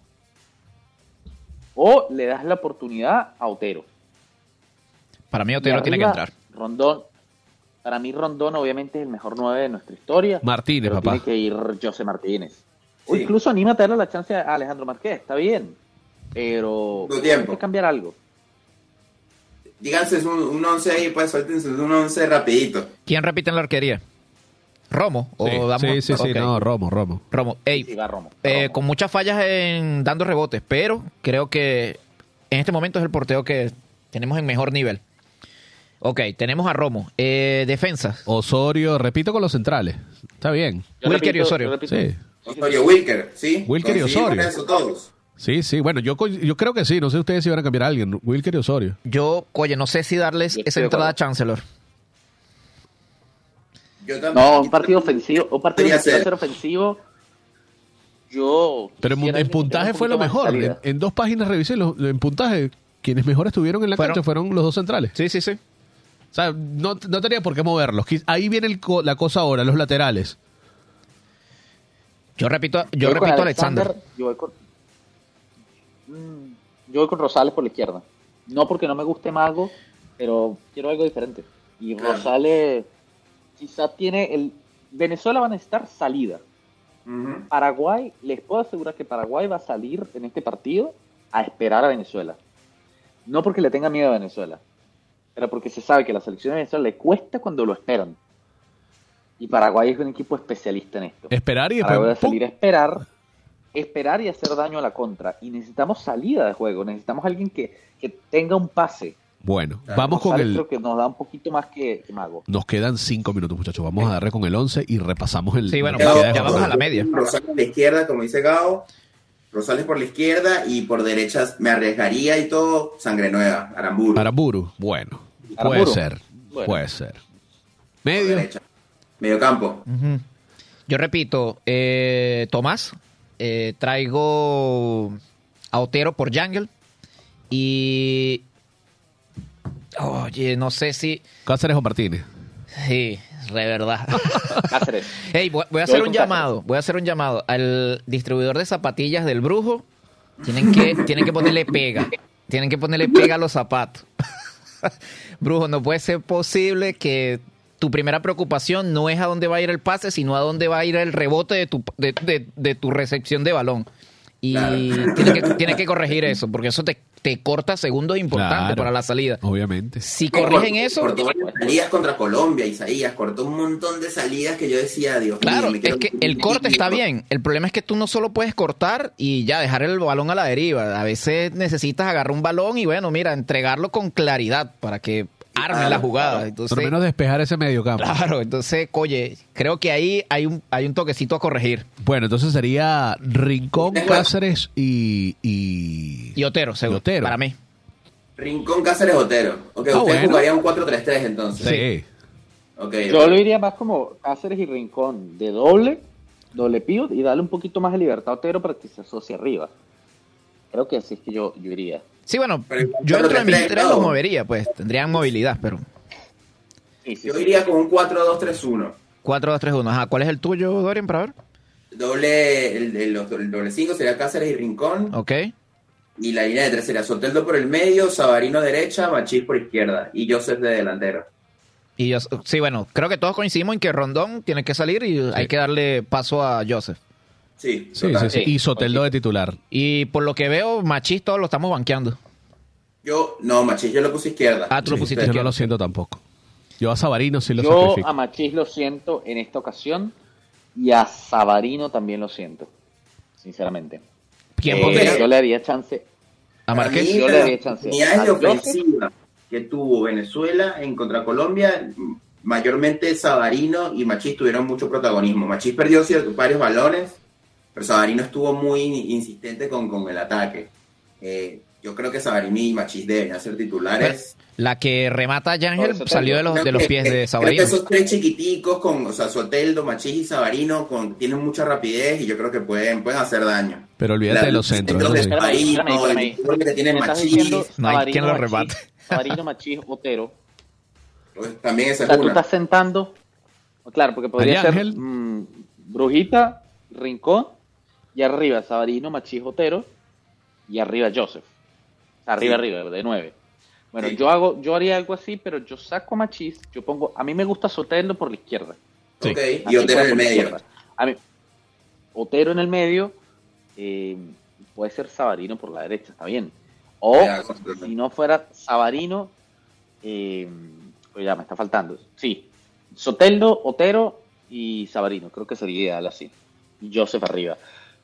o le das la oportunidad a Otero. Para mí Y Otero tiene que arriba, entrar. Rondón. Para mí Rondón obviamente es el mejor nueve de nuestra historia. Martínez, pero papá. tiene que ir José Martínez. O Sí. incluso anímate a darle la chance a Alejandro Márquez, está bien. Pero Tu hay tiempo. que cambiar algo. Díganse un, un once ahí, pues suéltense un once rapidito. ¿Quién repite en la arquería? ¿Romo? ¿O Sí, damos- sí, sí, sí, Ok. no, Romo, Romo. Romo. Ey, Sí, va Romo. eh, Romo. con muchas fallas en dando rebotes, pero creo que en este momento es el porteo que tenemos en mejor nivel. Ok, tenemos a Romo. Eh, defensas. Osorio, repito con los centrales. Está bien. Yo Wilker repito- y Osorio. yo repito- Sí. Osorio Wilker, ¿sí? Wilker y Coincidimos Osorio. en eso todos. Sí, sí. Bueno, yo, co- yo creo que sí. No sé ustedes si van a cambiar a alguien. Wilker y Osorio. Yo, oye, no sé si darles Yo estoy esa de entrada a acuerdo. Chancellor. Yo también. No, un partido ofensivo, un partido Podría que quiera ser. ser ofensivo. Yo. Pero en, quisiera en alguien que puntaje tenga un fue lo poquito más de mejor. En, salida. en dos páginas revisé. Los, en puntaje, quienes mejor estuvieron en la Fueron- cancha fueron los dos centrales. Sí, sí, sí. O sea, no, no tenía por qué moverlos. Quis- Ahí viene el co- la cosa ahora, los laterales. Yo repito, yo voy con repito a Alexander. Yo voy con. Mm, yo voy con Rosales por la izquierda. No porque no me guste Mago, pero quiero algo diferente. Y Claro. Rosales quizá tiene el. Venezuela va a necesitar salida. Ujú. Paraguay, les puedo asegurar que Paraguay va a salir en este partido a esperar a Venezuela. No porque le tenga miedo a Venezuela, pero porque se sabe que a la selección de Venezuela le cuesta cuando lo esperan. Y Paraguay es un equipo especialista en esto. Esperar y Paraguay va a después... salir a esperar, esperar y hacer daño a la contra. Y necesitamos salida de juego, necesitamos alguien que, que tenga un pase. Bueno, Claro, vamos con Rosales el... creo que nos da un poquito más que, que Mago. Nos quedan cinco minutos, muchachos. Vamos a darle con el once y repasamos el... Sí, bueno, lo que ya- queda de ya jornada. vamos a la media. Rosales por la izquierda, como dice Gao. Rosales por la izquierda y por derecha me arriesgaría y todo. Sangre nueva, Aramburu. Aramburu, bueno. Puede Aramburu. ser. Bueno. Puede ser. Por Medio. derecha. Medio campo. Ujú. Yo repito, eh, Tomás, eh, traigo a Otero por Jungle y... Oye, no sé si... Cáceres o Martínez. Sí, de verdad. Cáceres. Hey, voy, voy a Yo hacer voy un con llamado, voy a hacer un llamado al distribuidor de zapatillas del Brujo. Tienen que, tienen que ponerle pega. Tienen que ponerle pega a los zapatos. Brujo, no puede ser posible que tu primera preocupación no es a dónde va a ir el pase, sino a dónde va a ir el rebote de tu, de, de- de tu recepción de balón. Y Claro. tienes que, tienes que corregir eso, porque eso te, te corta segundos importantes Claro. para la salida. Obviamente. Si corrigen Cortó- eso, Cortó varias salidas contra Colombia, Isaías. Cortó un montón de salidas que yo decía, Dios claro, mío, me es quiero- que el corte está bien. El problema es que tú no solo puedes cortar y ya dejar el balón a la deriva. A veces necesitas agarrar un balón y, bueno, mira, entregarlo con claridad para que arme Claro, la jugada. claro. Entonces, Por lo menos despejar ese medio campo. claro, entonces, oye, creo que ahí hay un, hay un toquecito a corregir. Bueno, entonces sería Rincón, Tengo- Cáceres y... Y, Y Otero, seguro, Y Otero. para mí. Rincón, Cáceres, Otero. Ok, Ah, ustedes bueno. jugarían un cuatro tres tres entonces. Sí. Ok, Yo ok. lo iría más como Cáceres y Rincón de doble, doble pivot y darle un poquito más de libertad a Otero para que se asocie arriba. Creo que así es que yo, yo iría. Sí, bueno, Pero- yo pero entre te mis trae tres todo. los movería, pues tendrían movilidad, pero Sí, sí, Yo sí. iría con un cuatro dos tres uno. cuatro dos tres uno. Ajá, ¿cuál es el tuyo, Dorian, para ver? Doble, el, el, los- el doble cinco sería Cáceres y Rincón. Ok. Y la línea de tres sería Soteldo por el medio, Sabarino derecha, Machís por izquierda. Y Joseph de delantero. Y yo, sí, bueno, creo que todos coincidimos en que Rondón tiene que salir y hay que darle paso a Joseph. Sí, Sí, total. sí, sí. Sí, Y Soteldo de titular. Y por lo que veo, Machís todos lo estamos banqueando. Yo, no, Machís, yo lo puse izquierda. Ah, tú lo Sí, pusiste yo no izquierda. lo siento tampoco. Yo a Sabarino sí lo Yo sacrifico. a Machís lo siento en esta ocasión y a Sabarino también lo siento, sinceramente. ¿Quién Eh, pondría? Yo le daría chance. ¿A Para Márquez? mí, Yo le las daría chance oportunidades a de Joseph. ofensiva que tuvo Venezuela en contra Colombia, mayormente Sabarino y Machís tuvieron mucho protagonismo. Machís perdió ciertos, varios balones, pero Sabarino estuvo muy insistente con, con el ataque. Eh, yo creo que Sabarino y Machís deben ser titulares. La que remata a Por Yángel eso salió de tengo- los, Creo de los que- pies que- de Creo Sabarino. que esos tres chiquiticos, con, o sea, Soteldo, Machís y Sabarino, con, tienen mucha rapidez y yo creo que pueden, pueden hacer daño. Pero olvídate La- de los centros. centros eso de sí. Sabarino, Espérame, espérame, el espérame. fútbol que tiene Me estás Machís, diciendo No hay Sabarino, quien lo Machís, rebate. Sabarino, Machís, Otero. pues, también esa O es sea, tú una. estás sentando. Claro, porque podría ser Ángel. mm, Brujita, Rincón, y arriba Sabarino, Machís, Otero, y arriba Joseph. O sea, arriba, Sí. arriba, de nueve. Bueno, Sí. yo hago, yo haría algo así, pero yo saco a Machís, yo pongo, a mí me gusta Soteldo por la izquierda. Ok, Así y Otero juega en el por la medio. izquierda. A mí, Otero en el medio, eh, puede ser Sabarino por la derecha, está bien. O Ya, completamente. si no fuera Sabarino, eh, pues ya me está faltando. Sí, Soteldo, Otero y Sabarino, creo que sería ideal así. Y Joseph arriba.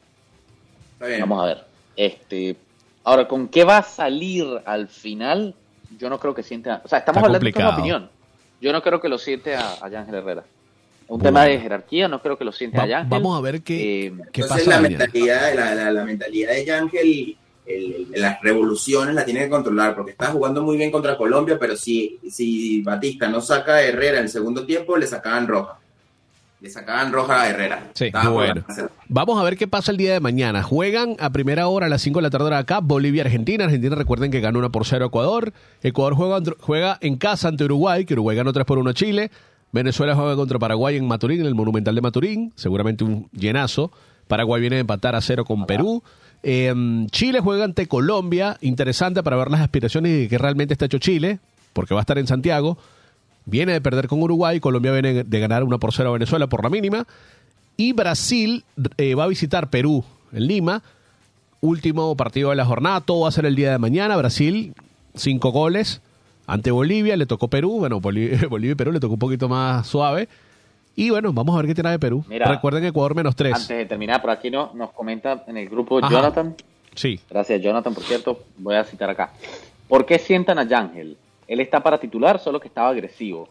Está bien. Vamos a ver. Este, ahora, ¿con qué va a salir al final? Yo no creo que siente a... O sea, estamos Está hablando de complicado. una opinión. Yo no creo que lo siente a, a Yángel Herrera. Es un Bueno. tema de jerarquía, no creo que lo siente Va- a Yángel. vamos a ver qué, Eh, qué Entonces pasa la mañana. mentalidad, la, la, la mentalidad de Yángel, el- el- las revoluciones la tiene que controlar, porque está jugando muy bien contra Colombia, pero si, si Batista no saca a Herrera en el segundo tiempo, le sacaban roja. Le sacaban roja a Herrera. Sí, Estaba bueno. por- Vamos a ver qué pasa el día de mañana. Juegan a primera hora a las cinco de la tarde hora acá, Bolivia-Argentina. Argentina, recuerden que ganó una por cero a Ecuador. Ecuador juega, juega en casa ante Uruguay, que Uruguay ganó tres por uno a Chile. Venezuela juega contra Paraguay en Maturín, en el Monumental de Maturín. Seguramente un llenazo. Paraguay viene a empatar a cero con Perú. Eh, Chile juega ante Colombia. Interesante para ver las aspiraciones y de qué realmente está hecho Chile, porque va a estar en Santiago. Viene de perder con Uruguay, Colombia viene de ganar una por cero a Venezuela por la mínima. Y Brasil eh, va a visitar Perú en Lima. Último partido de la jornada, todo va a ser el día de mañana. Brasil, cinco goles ante Bolivia, le tocó Perú. Bueno, Bolivia, Bolivia y Perú le tocó un poquito más suave. Y bueno, vamos a ver qué tiene de Perú. Mira, Recuerden Ecuador menos tres. Antes de terminar, por aquí no, nos comenta en el grupo Ajá. Jonathan. Sí. Gracias, Jonathan, por cierto. Voy a citar acá. ¿Por qué sientan a Yángel? Él está para titular, solo que estaba agresivo.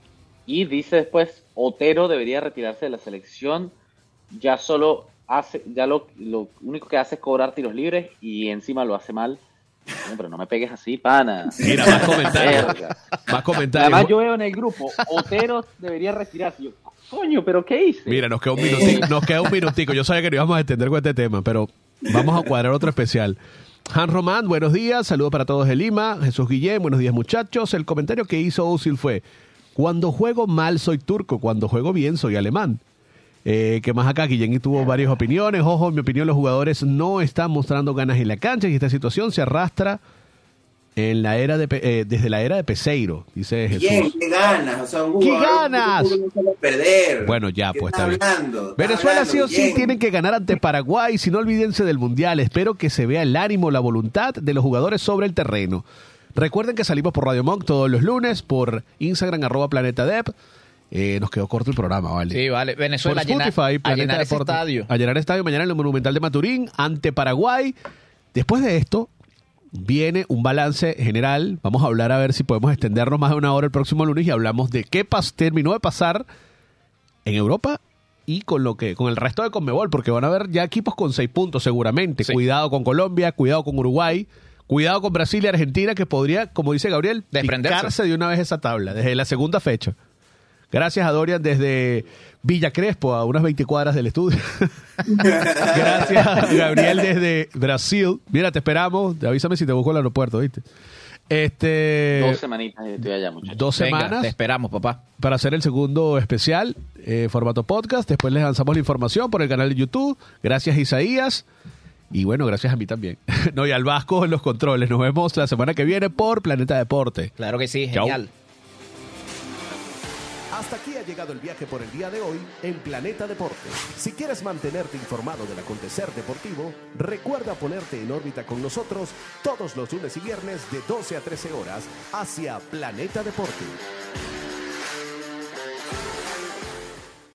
Y dice después, Otero debería retirarse de la selección. Ya solo hace, ya lo, lo único que hace es cobrar tiros libres y encima lo hace mal. Bueno, pero no me pegues así, pana. Mira, más comentarios. Verga. Más comentarios. Además, yo veo en el grupo, Otero debería retirarse. Yo, coño, ¿pero qué hice? Mira, nos queda un minutico, nos queda un minutico. Yo sabía que no íbamos a extender con este tema, pero vamos a cuadrar otro especial. Han Román, buenos días, saludos para todos de Lima. Jesús Guillén, buenos días muchachos. El comentario que hizo Ozil fue: cuando juego mal soy turco, cuando juego bien soy alemán. Eh, que más acá, Guillén tuvo varias opiniones. Ojo, en mi opinión los jugadores no están mostrando ganas en la cancha y esta situación se arrastra en la era de Pe- eh, desde la era de Peseiro, dice Jesús. Bien, qué ganas, o sea, un ¡Qué jugador ganas! que no se va a perder. Bueno, ya, ¿Qué pues está está bien. hablando? Está Venezuela hablando sí o sí bien. tienen que ganar ante Paraguay, si no olvídense del Mundial. Espero que se vea el ánimo, la voluntad de los jugadores sobre el terreno. Recuerden que salimos por Radio Monk todos los lunes, por Instagram, arroba Planeta Dep. Eh, nos quedó corto el programa, ¿vale? Sí, vale. Venezuela Por Spotify, a llenar, a Planeta llenar ese Deporte. estadio. A llenar estadio mañana en el Monumental de Maturín ante Paraguay. Después de esto viene un balance general. Vamos a hablar a ver si podemos extendernos más de una hora el próximo lunes y hablamos de qué pas terminó de pasar en Europa y con lo que con el resto de Conmebol, porque van a haber ya equipos con seis puntos seguramente. Sí. Cuidado con Colombia, cuidado con Uruguay, cuidado con Brasil y Argentina, que podría, como dice Gabriel, Desprenderse. picarse de una vez esa tabla desde la segunda fecha. Gracias a Dorian desde Villa Crespo, a unas veinte cuadras del estudio. Gracias a Gabriel desde Brasil. Mira, te esperamos. Avísame si te busco el aeropuerto, ¿viste? Este, Dos semanitas y estoy allá, muchachos. dos Venga, semanas te esperamos, papá. para hacer el segundo especial, eh, formato podcast. Después les lanzamos la información por el canal de YouTube. Gracias, Isaías. Y bueno, gracias a mí también. No, y al Vasco en los controles. Nos vemos la semana que viene por Planeta Deporte. Claro que sí, Chau. genial. Hasta aquí ha llegado el viaje por el día de hoy en Planeta Deporte. Si quieres mantenerte informado del acontecer deportivo, recuerda ponerte en órbita con nosotros todos los lunes y viernes de doce a trece horas hacia Planeta Deporte.